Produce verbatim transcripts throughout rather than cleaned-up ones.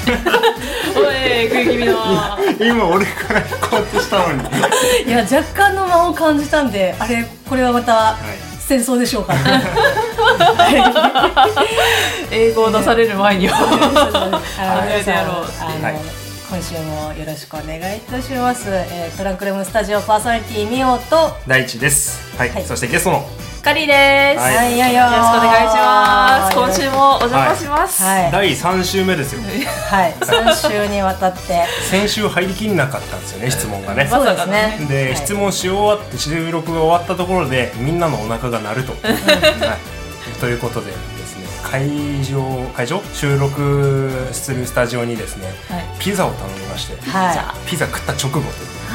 おい食い気味の今俺からこうやってしたのにいや若干の間を感じたんで、あれこれはまた戦争でしょうか、はい、英語を出される前にはあれでやろうっていう、はい、今週もよろしくお願いいたします、えー、トランクルームスタジオパーソナリティみおと大地です、はいはい、そしてゲストのカリーです、はい、よろしくお願いします。今週もお邪魔します、 はい、だいさん週目ですよ。 はい、さん週にわたって先週入りきんなかったんですよね、質問がね。 そうですね。 で、はい、質問し終わって収録が終わったところでみんなのお腹が鳴ると、はい、ということでですね、会場会場収録するスタジオにですね、はい、ピザを頼みまして、はい、ピザ食った直後という、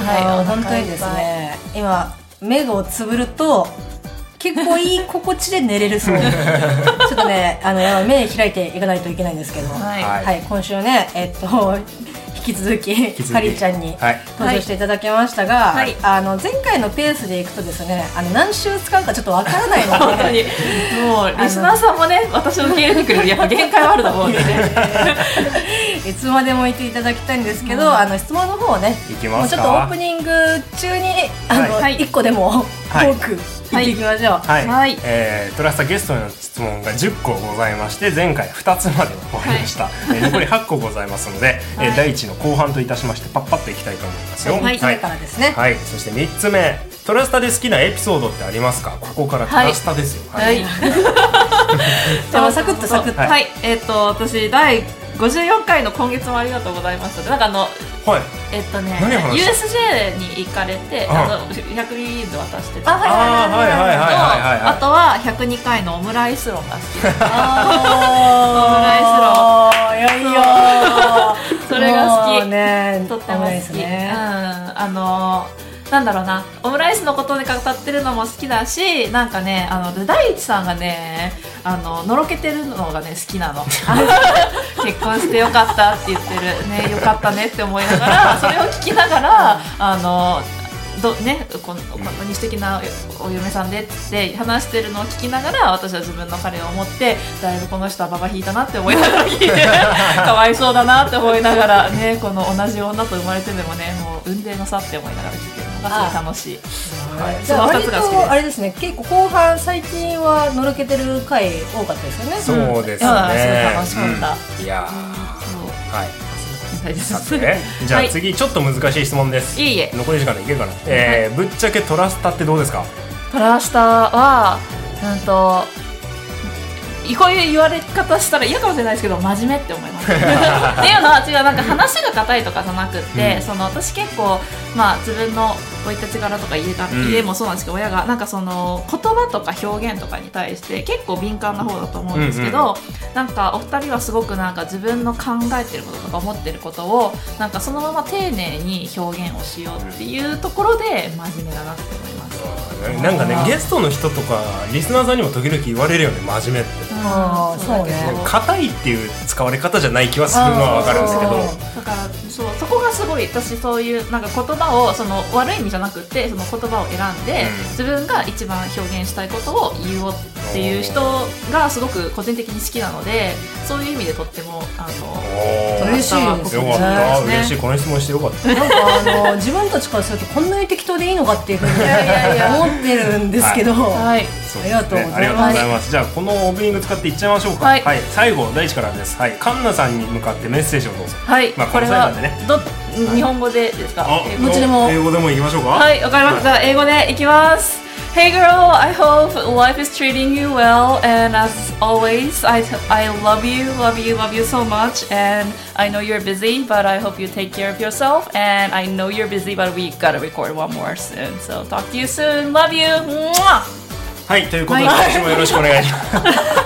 はい、本当にですね、今目をつぶると結構いい心地で寝れるそうちょっとね、あの目開いていかないといけないんですけど、はいはい、今週ね、えっと引き続きカリちゃんに登場していただきましたが、はい、あの前回のペースでいくとですね、あの何週使うかちょっとわからないのでもうリスナーさんもね、私を受け入れてくれるやっぱ限界はあると思うんでねいつまでもいていただきたいんですけど、うん、あの質問の方をね、もうちょっとオープニング中にあの、はい、いっこでも多く、はい、いきましょう。 はい、はい、えー、トラスタゲストへの質問がじゅっこございまして、前回ふたつまで終わりました、はい、えー、残りはっこございますので、はい、えー、だいいちの後半といたしましてパッパッといきたいと思いますよ。 みっつめからですね。 はい、はい、そしてみっつめ、トラスタで好きなエピソードってありますか？ここからトラスタですよ。 はい、はいはい、サクッとサクッと、 はいはい、えー、っと私だいごじゅうよんかいの今月もありがとうございました。なんかあの、はい、えっとね ユーエスジェー に行かれて、あのひゃくミリリットル渡してた。あとはひゃくにかいのオムライス論が好きです。オムライス論、いやいやそれが好き、ね、とっても好き、ね、うん、あのなんだろうな、オムライスのことで語ってるのも好きだし、なんかね、あの大地さんがね、あののろけてるのがね好きなの結婚してよかったって言ってるね、よかったねって思いながらそれを聞きながら、あのどね、このこんなに素敵なお嫁さんでって話してるのを聞きながら、私は自分の彼を思ってだいぶこの人はババ引いたなって思いながら聞いてかわいそうだなって思いながらね、この同じ女と生まれてでもね、もう運命の差って思いながら聞いてるのがすごい楽しい。 はい、じゃあ割とあれですね、結構後半最近はのろけてる回多かったですよね。 そうですね、 すごい楽しかった、 うん、いやー、はい、さて、じゃあ次、はい、ちょっと難しい質問です。 いいえ、 残り時間でいけるかな、えー、ぶっちゃけトラスタってどうですか？ トラスタはなんとこういう言われ方したら嫌かもしれないですけど、真面目って思いますっていうのは違う、なんか話が硬いとかじゃなくって、うん、その私結構、まあ、自分の生い立ち柄とか家が、うん、家もそうなんですけど、親がなんかその言葉とか表現とかに対して結構敏感な方だと思うんですけど、うんうん、なんかお二人はすごくなんか自分の考えてることとか思ってることをなんかそのまま丁寧に表現をしようっていうところで真面目だなって思います。 なんかね、ゲストの人とかリスナーさんにも時々言われるよね、真面目って。 あ、そうね、 硬いっていう使われ方じゃない気はするのは分かるんですけど、 だからそう、そこがすごい私そういうなんか言葉をその悪い意味じゃなくて、その言葉を選んで、うん、自分が一番表現したいことを言おうっていう人がすごく個人的に好きなので、そういう意味でとってもあの嬉しいですね。 よかった、嬉しい、この質問してよかった。 なんかあの自分たちからするとこんなに適当でいいのかっていうふうに思ってるんですけど、はい、ありがとうございます。 ます。じゃあこのオープニング使っていっちゃいましょうか。はい、はい、最後大地からです。はい、カンナさんに向かってメッセージをどうぞ。 はい、まあ、これはど日本語でですか？ どっちでも。 英語でもいきましょうか。 はい、わかりました。はい、英語でいきます。Hey girl, I hope life is treating you well, and as always, I, I love you, love you, love you so much, and I know you're busy, but I hope you take care of yourself, and I know you're busy, but we gotta record one more soon, so talk to you soon, love you! はい、ということで、私もよろしくお願いします。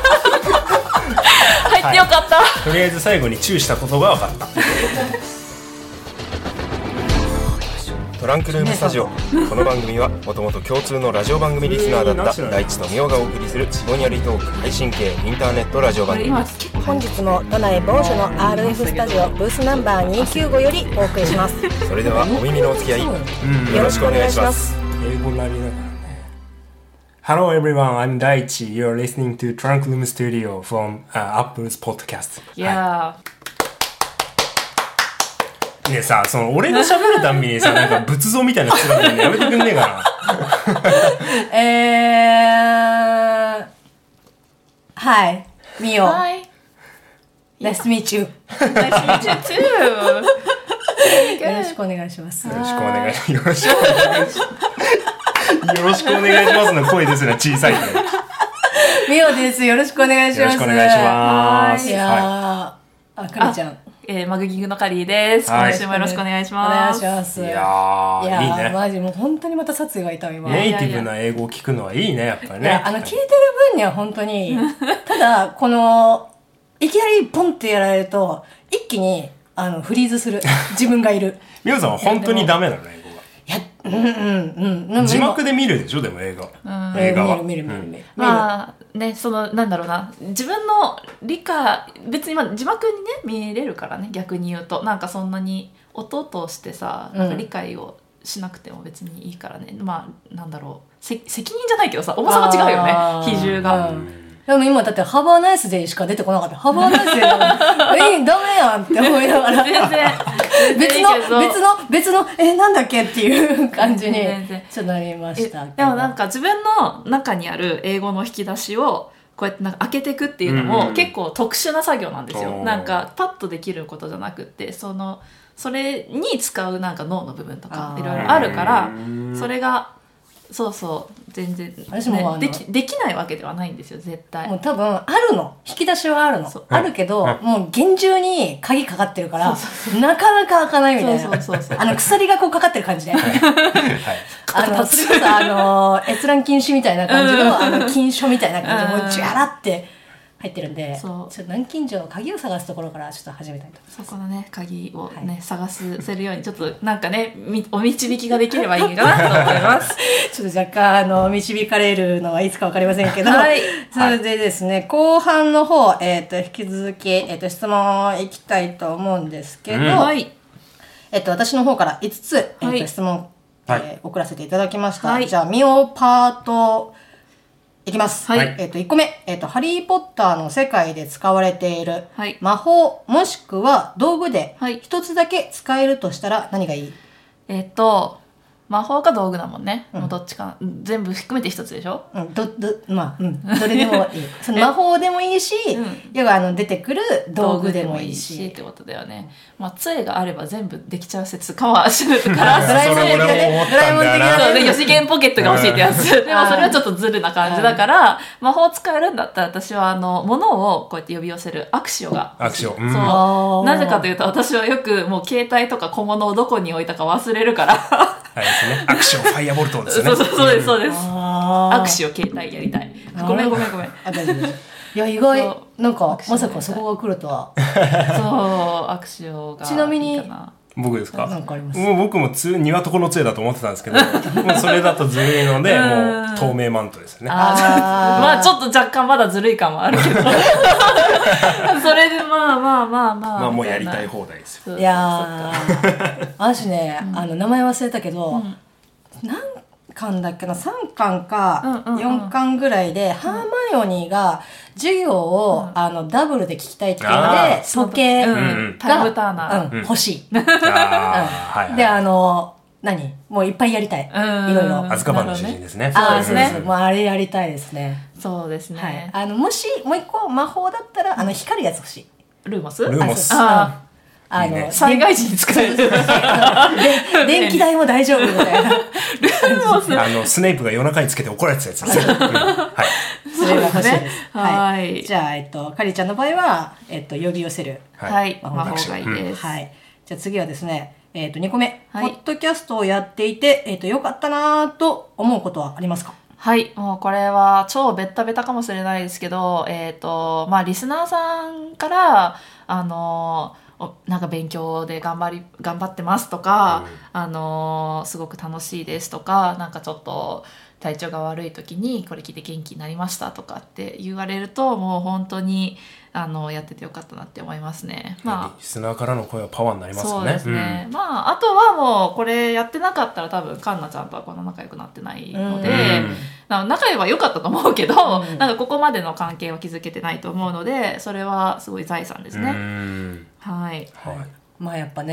入ってよかった、はい、 とりあえず最後にチューしたことが分かった。トランクルームスタジオ、この番組はもともと共通のラジオ番組リスナーだった大地とみおがお送りするぼんやりトーク配信系インターネットラジオ番組。 本日も都内某所の アールエフ スタジオブースナンバーにひゃくきゅうじゅうごよりお送りします。 それではお耳のお付き合い、うん、よろしくお願いします。英語なりながらね。Hello everyone, I'm Daichi. You're listening to Trunk Room Studio from、uh, Apple's podcast. Yeah. ねえさ、その俺が喋るたんびにさ、なんか仏像みたいな人なんでやめてくんねえかな。えー、はい、みお。はい。Nice to meet you. Nice to meet you too. よろしくお願いします。 よろしくお願いします。よろしくお願いします。よろしくお願いしますの声ですね、小さいね。 みおです。よろしくお願いします。 よろしくお願いします。 いやー、あ、かりちゃん。 えー、マグギングのカリーです。今週もよろしくお願いします。 お願いします。 いやー、いやーいいね。 マジもう本当にまた殺意がいた今。 ネイティブな英語を聞くのはいいね、やっぱりね。 いや、あの、聞いてる分には本当に、ただ、この、いきなりポンってやられると、一気に、あの、フリーズする。自分がいる。 みおさんは本当にダメなの、英語が。 いや、うんうんうん。 字幕で見るでしょ、でも映画。うん、映画は。 見る見る見る見る。 まあ、ね、その、なんだろうな。自分の理解、別にまあ字幕にね、見れるからね、逆に言うと。なんかそんなに音としてさ、なんか理解をしなくても別にいいからね。うん、まあ、なんだろう。責任じゃないけどさ、重さが違うよね、比重が。うんでも今だってハバーナイスデーしか出てこなかった。ハバーナイスデーだえ、ダメやんって思いながら。 全然。 別の、別の、別の、え、なんだっけっていう感じに、ちょっとなりました。 でもなんか自分の中にある英語の引き出しを、こうやってなんか開けていくっていうのも結構特殊な作業なんですよ。なんかパッとできることじゃなくって、その、それに使うなんか脳の部分とかいろいろあるから、それが、そうそう全然、 私も、 ね、できできないわけではないんですよ絶対。 もう多分あるの引き出しはあるのあるけど、うん、もう厳重に鍵かかってるからなかなか開かないみたいな。そうそうそうあの鎖がこうかかってる感じで、はい、あのそれこそあの閲覧禁止みたいな感じの、うん、あの禁書みたいな感じでもうジャラって入ってるんで、そうちょっと南京錠の鍵を探すところからちょっと始めたいと思います。 そこのね鍵をね、はい、探せるようにちょっとなんかねお導きができればいいかなと思いますちょっと若干あの導かれるのはいつかわかりませんけど、はい、それでですね、はい、後半の方、えー、と引き続き、えー、と質問いきたいと思うんですけど、うんはいえー、と私の方からいつつ、えー、と質問、はいえー、送らせていただきました、はい、じゃあミオパートいきます。はい。えっと、いっこめ。えっと、ハリーポッターの世界で使われている魔法、もしくは道具で一つだけ使えるとしたら何がいい？ えっと、魔法か道具だもんね。うん、もうどっちか、全部含めて一つでしょ？ うん、ど、ど、まあ、うん。どれでもいい。その魔法でもいいし、うん、要はあの、出てくる道具でもいいし。 いいってことだよね。まあ、杖があれば全部できちゃう説かはするから、 ドラえもん的なね。ドラえもん的な。 そうで、四次元ポケットが欲しいってやつ。でもそれはちょっとズルな感じだから、魔法使えるんだったら私はあの、物をこうやって呼び寄せるアクシオが。 アクシオ。 うん、そう。なぜかというと私はよくもう携帯とか小物をどこに置いたか忘れるから。 はいですね。アクションファイアボルトですね。 そうそうそうですそうです。アクション携帯やりたい。ごめんごめんごめん。 あ、大丈夫です。いや意外なんかまさかそこが来るとは。 そうアクションが。 ちなみに僕ですか？ なんかあります？ もう僕もつ鶏の杖だと思ってたんですけど、もうそれだとずるいのでもう透明マントですね。 あまあちょっと若干まだずるい感もあるけど。それでまあまあまあまあ。 まあもうやりたい放題ですよ。 いやー、私ね、あの名前忘れたけど、何巻だっけな、さんかんかよんかんぐらいで、ハーマイオニーが授業をあのダブルで聞きたいっていうので、時計がタイムターナー欲しい。で、あの、何もういっぱいやりたい。いろいろ。 アズカバンの主人ですね。 ああ、そうです。もうあれやりたいですね。 そうですね。 あの、もし、もう一個魔法だったら、あの、光るやつ欲しい。 ルーモス？ ルーモス。 ああの、 災害時に使える。 電気代も大丈夫みたいな。ルーモス。あの、スネープが夜中につけて怒られてたやつですね。はい。 それが欲しいです。はい。じゃあ、えっと、カリちゃんの場合は、えっと、呼び寄せる。 はい。魔法がいいです。 はい。じゃあ次はですね、えっと、にこめ。ポッドキャストをやっていて、えっと、よかったなと思うことはありますか？ はい。もうこれは超ベッタベタかもしれないですけど、えっと、まあ、リスナーさんから、あの、なんか勉強で頑張り、頑張ってますとか、うん、あの、すごく楽しいですとか、なんかちょっと体調が悪い時にこれ聞いて元気になりましたとかって言われると、もう本当に、あの、やっててよかったなって思いますね。まあ、 リスナーからの声はパワーになりますよね。 そうですね。うん、まあ、あとはもう、これやってなかったら多分、カンナちゃんとはこんな仲良くなってないので、仲良いは良かったと思うけど、うん、なんかここまでの関係は築けてないと思うので、それはすごい財産ですね。はい。 はい。まあやっぱね、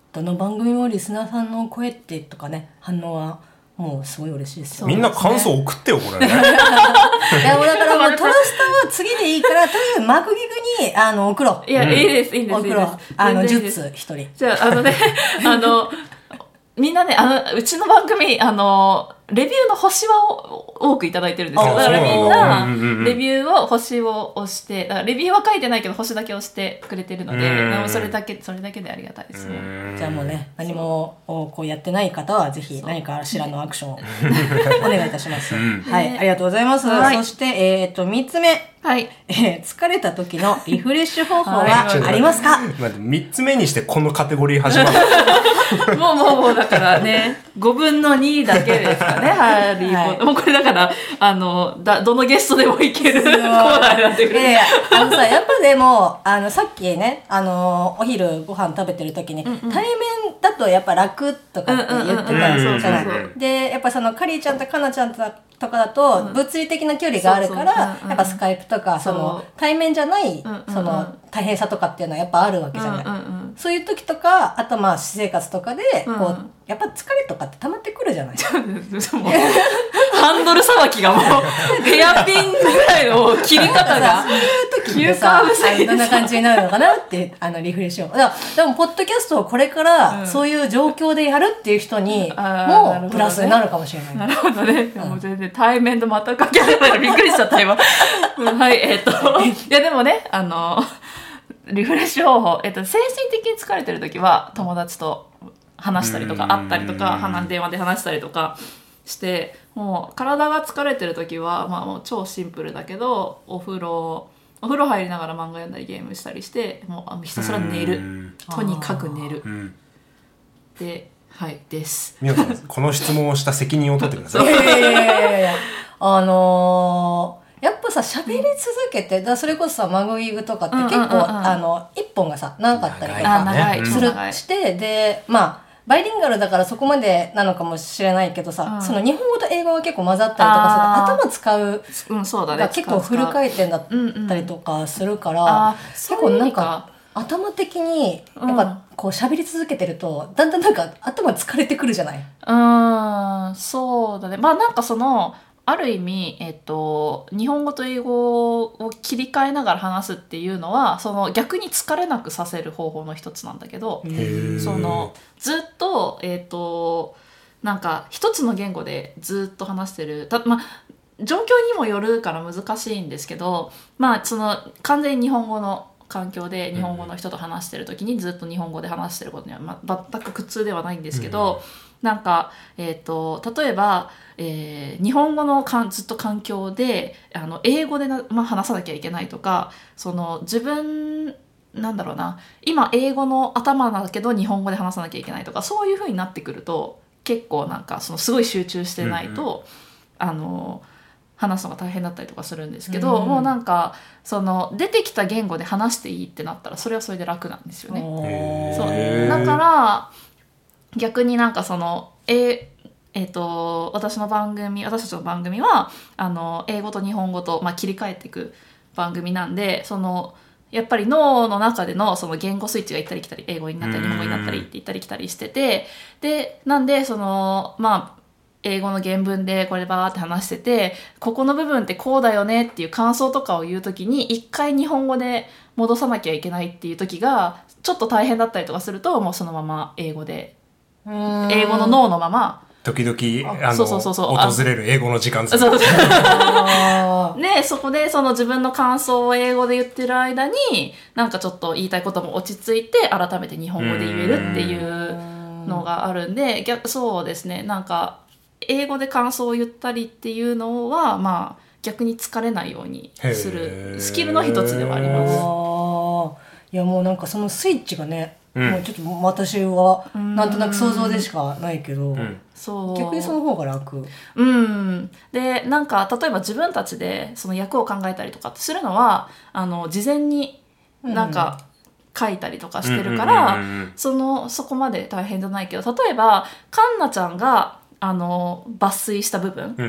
どの番組もリスナーさんの声ってとかね反応はもうすごい嬉しいですよ、 ね、みんな感想送ってよこれねいやもうだからもうトラスタは次でいいからとりあえずマクギグにあの送ろう。 いや、うん、いいですいいです送ろうあのじゅっつ一人じゃああのねあのみんなねあのうちの番組あのレビューの星は多くいただいてるんですよ。だからみんなレビューを星を押してだからレビューは書いてないけど星だけ押してくれてるのででもそれだけそれだけでありがたいですね。 じゃあもうね何もこうやってない方はぜひ何かしらのアクションをお願いいたします、うん、はいありがとうございます、はい、そしてえっとみっつめはいえー、疲れた時のリフレッシュ方法はありますか？ みっつめにしてこのカテゴリー始まるもうもうもうだからねごぶんのにだけですかねハリーポッター、はい、もうこれだからあのだどのゲストでもいけるコーナーになってくる。いやいやあのさやっぱでもあのさっきねあのお昼ご飯食べてる時に、うんうん、対面だとやっぱ楽とかって言ってたじゃない。でやっぱそのカリーちゃんとカナちゃんととかだと物理的な距離があるからやっぱスカイプとかその対面じゃないその大変さとかっていうのはやっぱあるわけじゃない、うんうんうん、そういう時とかあとまあ私生活とかでこう、うん、やっぱ疲れとかって溜まってくるじゃないハンドルさばきがもうヘアピンぐらいの切り方がそういう時ってさどんな感じになるのかなってあのリフレッシュをだでもポッドキャストをこれからそういう状況でやるっていう人にもプラスになるかもしれない。 なるほどね、うん、もう全然対面とまたかけないからびっくりしちゃった今はいえっといやでもねあのリフレッシュ方法、えっと、精神的に疲れてる時は友達と話したりとか会ったりとか電話で話したりとかしてもう体が疲れてる時は、まあ、もう超シンプルだけどお風呂お風呂入りながら漫画読んだりゲームしたりしてもうひたすら寝るとにかく寝るではいですみおさんこの質問をした責任を取ってくださいいやいやいやいやあのーやっぱさ喋り続けてだそれこそさマグイグとかって結構、うんうんうんうん、あの一本がさ長かったりとかする、ね、してでまあバイリンガルだからそこまでなのかもしれないけどさ、うん、その日本語と英語が結構混ざったりとかさ頭使う、 うんそうだね、 が結構フル回転だったりとかするから、うんうん、結構なんか頭的にやっぱこう喋り続けてるとだんだんなんか頭疲れてくるじゃない？ うんそうだねまあなんかそのある意味、えっと、日本語と英語を切り替えながら話すっていうのはその逆に疲れなくさせる方法の一つなんだけどそのずっと、えっと、なんか一つの言語でずっと話してるた、まあ、状況にもよるから難しいんですけど、まあ、その完全に日本語の環境で日本語の人と話してる時にずっと日本語で話してることには、まあ、全く苦痛ではないんですけど、うん、なんか、えーと、例えば、えー、日本語のかんずっと環境であの英語でな、まあ、話さなきゃいけないとかその自分なんだろうな今英語の頭なんだけど日本語で話さなきゃいけないとかそういう風になってくると結構なんかそのすごい集中してないと、うんうん、あの話すのが大変だったりとかするんですけど、うん、もうなんかその出てきた言語で話していいってなったらそれはそれで楽なんですよね。そうだから逆になんかそのええー、と私の番組私たちの番組はあの英語と日本語と、まあ、切り替えていく番組なんでそのやっぱり脳の中でのその言語スイッチが行ったり来たり英語になったり日本語になったりって行ったり来たりしててでなんでそのまあ英語の原文でこれバーって話しててここの部分ってこうだよねっていう感想とかを言うときに一回日本語で戻さなきゃいけないっていう時がちょっと大変だったりとかするともうそのまま英語で英語の脳のまま時々あのそうそうそうそう訪れる英語の時間ですね。でそこでその自分の感想を英語で言ってる間になんかちょっと言いたいことも落ち着いて改めて日本語で言えるっていうのがあるんで逆そうですねなんか英語で感想を言ったりっていうのはまあ逆に疲れないようにするスキルの一つではあります。 いやもうなんかそのスイッチがね、うん、もうちょっと私はなんとなく想像でしかないけど、うん、そう逆にその方が楽。 うんでなんか例えば自分たちでその役を考えたりとかってするのはあの事前になんか、うん書いたりとかしてるから、うんうんうんうん、そのそこまで大変じゃないけど例えばカンナちゃんがあの抜粋した部分、うん、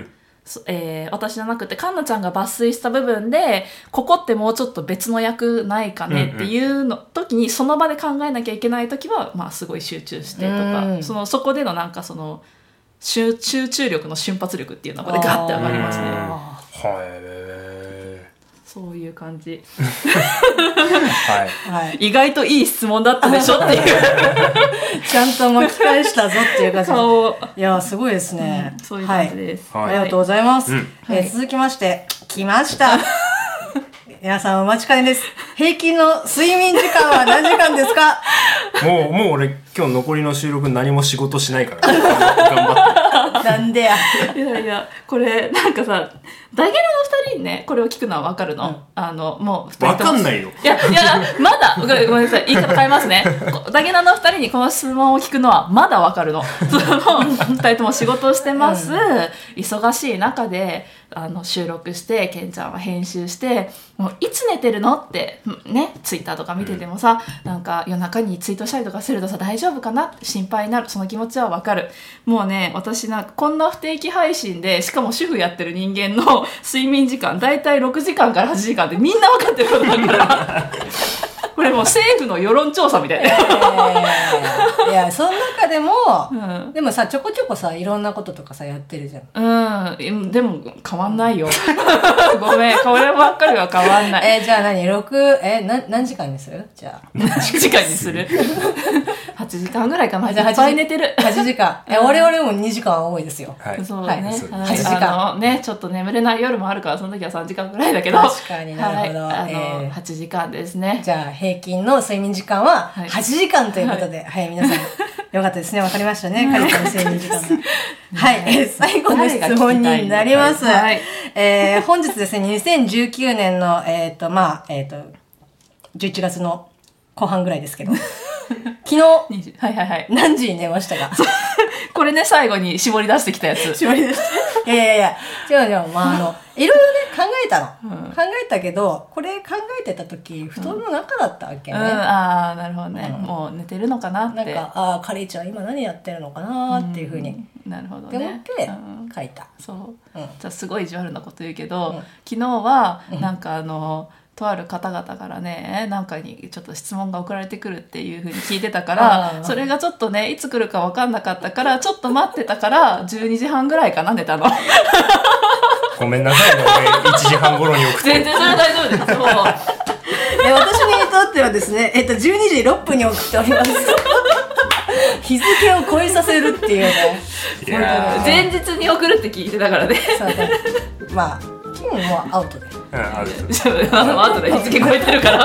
えー、私じゃなくてカンナちゃんが抜粋した部分でここってもうちょっと別の役ないかねっていうの時に、その場で考えなきゃいけない時は、まあ、すごい集中してとか、うん、そのそこでのなんかその集集中力の瞬発力っていうのがガッて上がりますね。 はいそういう感じ、 はい、 意外といい質問だったでしょっていうちゃんと巻き返したぞっていう感じ。いやすごいですね、 うん、そういう感じです、 はい、ありがとうございます、はいえー、続きまして来ました皆さんお待ちかねです。平均の睡眠時間は何時間ですか？ もうもう俺今日残りの収録何も仕事しないから、ね、頑張ってなんでやいやいやこれなんかさダゲナのふたりにねこれを聞くのは分かるの、うん、あのもうふたりとも分かんないよ。 いやいやまだごめんなさい言い方変えますねダゲナのふたりにこの質問を聞くのはまだ分かるのそのふたりとも仕事をしてます、うん、忙しい中であの収録してケンちゃんは編集してもういつ寝てるのってねツイッターとか見ててもさ、うん、なんか夜中にツイートしたりとかするとさ大丈夫かなって心配になる。その気持ちは分かる。もうね私なんかこんな不定期配信でしかも主婦やってる人間の睡眠時間だいたいろくじかんからはちじかんってみんな分かってることだからこれもう政府の世論調査みたいな、 えー、いやその中でも、うん、でもさちょこちょこさいろんなこととかさやってるじゃん。うんでも変わんないよごめんこればっかりは変わんない。 えー、じゃあ何ろくえな何時間にする？じゃあ何時間にするはちじかんぐらいかな。いっぱい寝てるはちじかんえ、うん、我々もにじかんは多いですよ。 はい、そうね、はい、はちじかんねちょっと眠れない夜もあるからその時はさんじかんぐらいだけど確かになるほど、はい、あの、 えー、はちじかんですね。 じゃあ平均の睡眠時間ははちじかんということで、はい、はい、皆さんよかったですね。わかりましたね。カリカの睡眠時間がはい、えー、最後の質問になります。はい、えー、本日ですねにせんじゅうきゅうねんのえっ、ー、とまあえっ、ー、とじゅういちがつの後半ぐらいですけど昨日はいはいはい何時に寝ましたか？ これね最後に絞り出してきたやつ。 絞り出して。いやいやいや違う違うまああのいろいろね考えたの、うん、考えたけどこれ考えてた時布団の中だったわけね。 うんうん、ああなるほどね、うん、もう寝てるのかなってなんかああカリーちゃん今何やってるのかなっていうふうに、 うん、なるほどねって思って書いた、 うん、そう、うん、じゃあすごい意地悪なこと言うけど、うん、昨日はなんかあの、うんとある方々からねなんかにちょっと質問が送られてくるっていう風に聞いてたからそれがちょっとねいつ来るか分かんなかったからちょっと待ってたからじゅうにじはんぐらいかな寝たのごめんなさいね俺いちじはん頃に送って全然それは大丈夫ですそうえ私にとってはですね、えっと、じゅうにじろっぷんに送っております日付を超えさせるっていうね前日に送るって聞いてたからねそうだまあもうアウトでうん、アウトアウトで日付超えてるから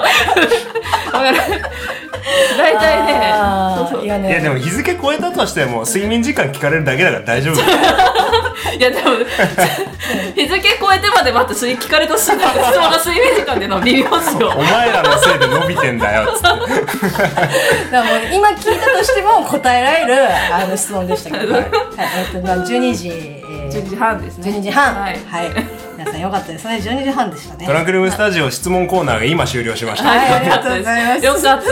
大体ねそうそういやねいやでも日付超えたとしても睡眠時間聞かれるだけだから大丈夫いやでも日付超えてまで待って聞かれた人の睡眠時間っていうのは微妙ですよお前らのせいで伸びてんだよっつってだからもう今聞いたとしても答えられるあの質問でしたけど、はいはいえっと、じゅうにじ、えー、 じゅうにじはんですねじゅうにじはんはい、はい皆さんよかったですね。じゅうにじはんでしたね。 トランクルームスタジオ質問コーナーが今終了しました。 はい、ありがとうございます。 よかった。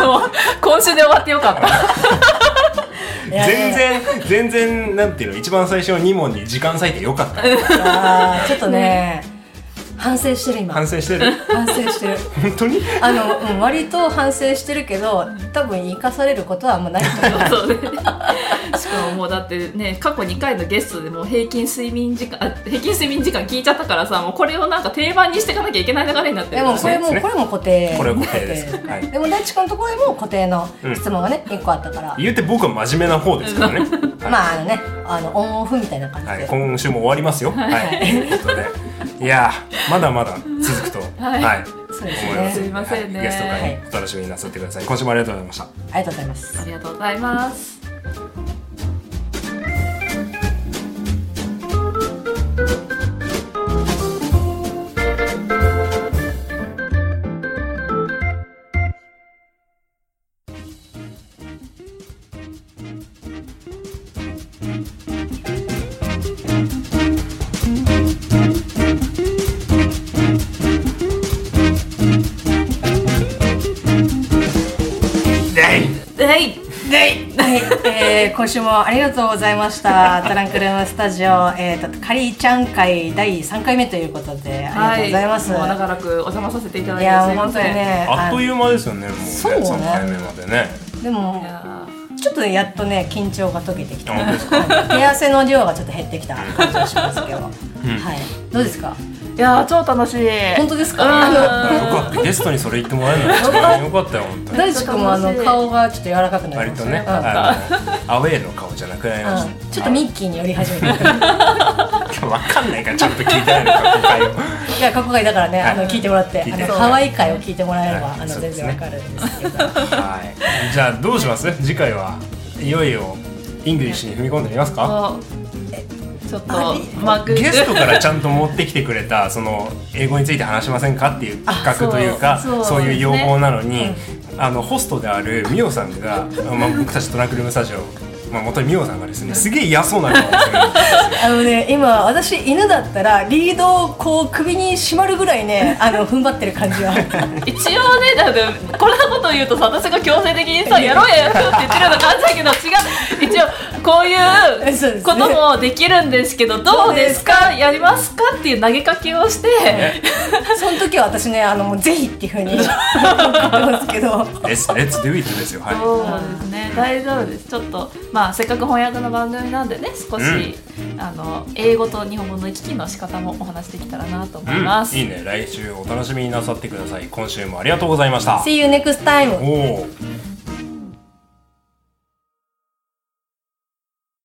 もう今週で終わってよかった。 全然全然なんていうの一番最初のに問に時間割いてよかった。 あちょっとね。反省してる今反省してる反省してる本当にあの、うん、割と反省してるけど多分生かされることはあんまないと思うそうねしかももうだってね過去にかいのゲストでもう平均睡眠時間平均睡眠時間聞いちゃったからさもうこれをなんか定番にしていかなきゃいけない流れになってるから、ね、 でもこれも、ね、これも固定これも固定です、はい、 でも大地君のところでも固定の質問がね、うん、いっこあったから言って僕は真面目な方ですからね、はい、 まああのねあのオンオフみたいな感じで、 はい、今週も終わりますよはい、はい、ということでいやまだまだ続くとはい、はい、 そうですねすみませんね、 はい、ゲスト会お楽しみになさってください。今週もありがとうございました。 ありがとうございますありがとうございますはい今週もありがとうございましたトランクルームスタジオ、えー、とカリーちゃん会だいさんかいめということでありがとうございます、 はい、もう長らくお邪魔させていただいて、 いやすいませんね、 あっという間ですよね、もうね、 そうね、 さんかいめまでね。 でもちょっとやっとね緊張が解けてきた、手汗の量がちょっと減ってきた感じがしますけど、うん、はい、どうですか？ いや超楽しい。 本当ですか？ あのよかったゲストにそれ言ってもらえるのが一番よかったよ本当に。 大地君もあの顔がちょっと柔らかくなりました。 割とね、あのアウェーの顔じゃなくなりました、 うん、ちょっとミッキーに寄り始めて。わかんないからちょっと聞いてないの過去回を。いや過去回だからね、あの聞いてもらって、あのハワイ回を聞いてもらえれば、はい、あの全然わかるんですけど。 はい。じゃあどうします？次回はいよいよイングリッシュに踏み込んでみますか？ ちょっとマゲストからちゃんと持ってきてくれたその英語について話しませんかっていう企画というか、そう、そういう要望なのに、うん、あのホストであるミオさんが、まあ、僕たちトランクルームスタジオ、まあ、元にミオさんがですねすげえ嫌そうな顔をするんですよ。 あのね今私犬だったらリードをこう首に締まるぐらいねあの踏ん張ってる感じは一応ねだってこんなこと言うとさ私が強制的にさやろうややろうって言ってるような感じだけど違う一応こういうこともできるんですけどどうですかやりますかっていう投げかけをしてその時は私ねあのもうぜひっていうふうに言ってますけど Let's, let's do it ですよ。はい、 そうですね大丈夫です。ちょっとまあせっかく翻訳の番組なんでね少し、うん、あの英語と日本語の行き来の仕方もお話できたらなと思います、 うん、いいね。来週お楽しみになさってください。今週もありがとうございました。 See you next time。 おー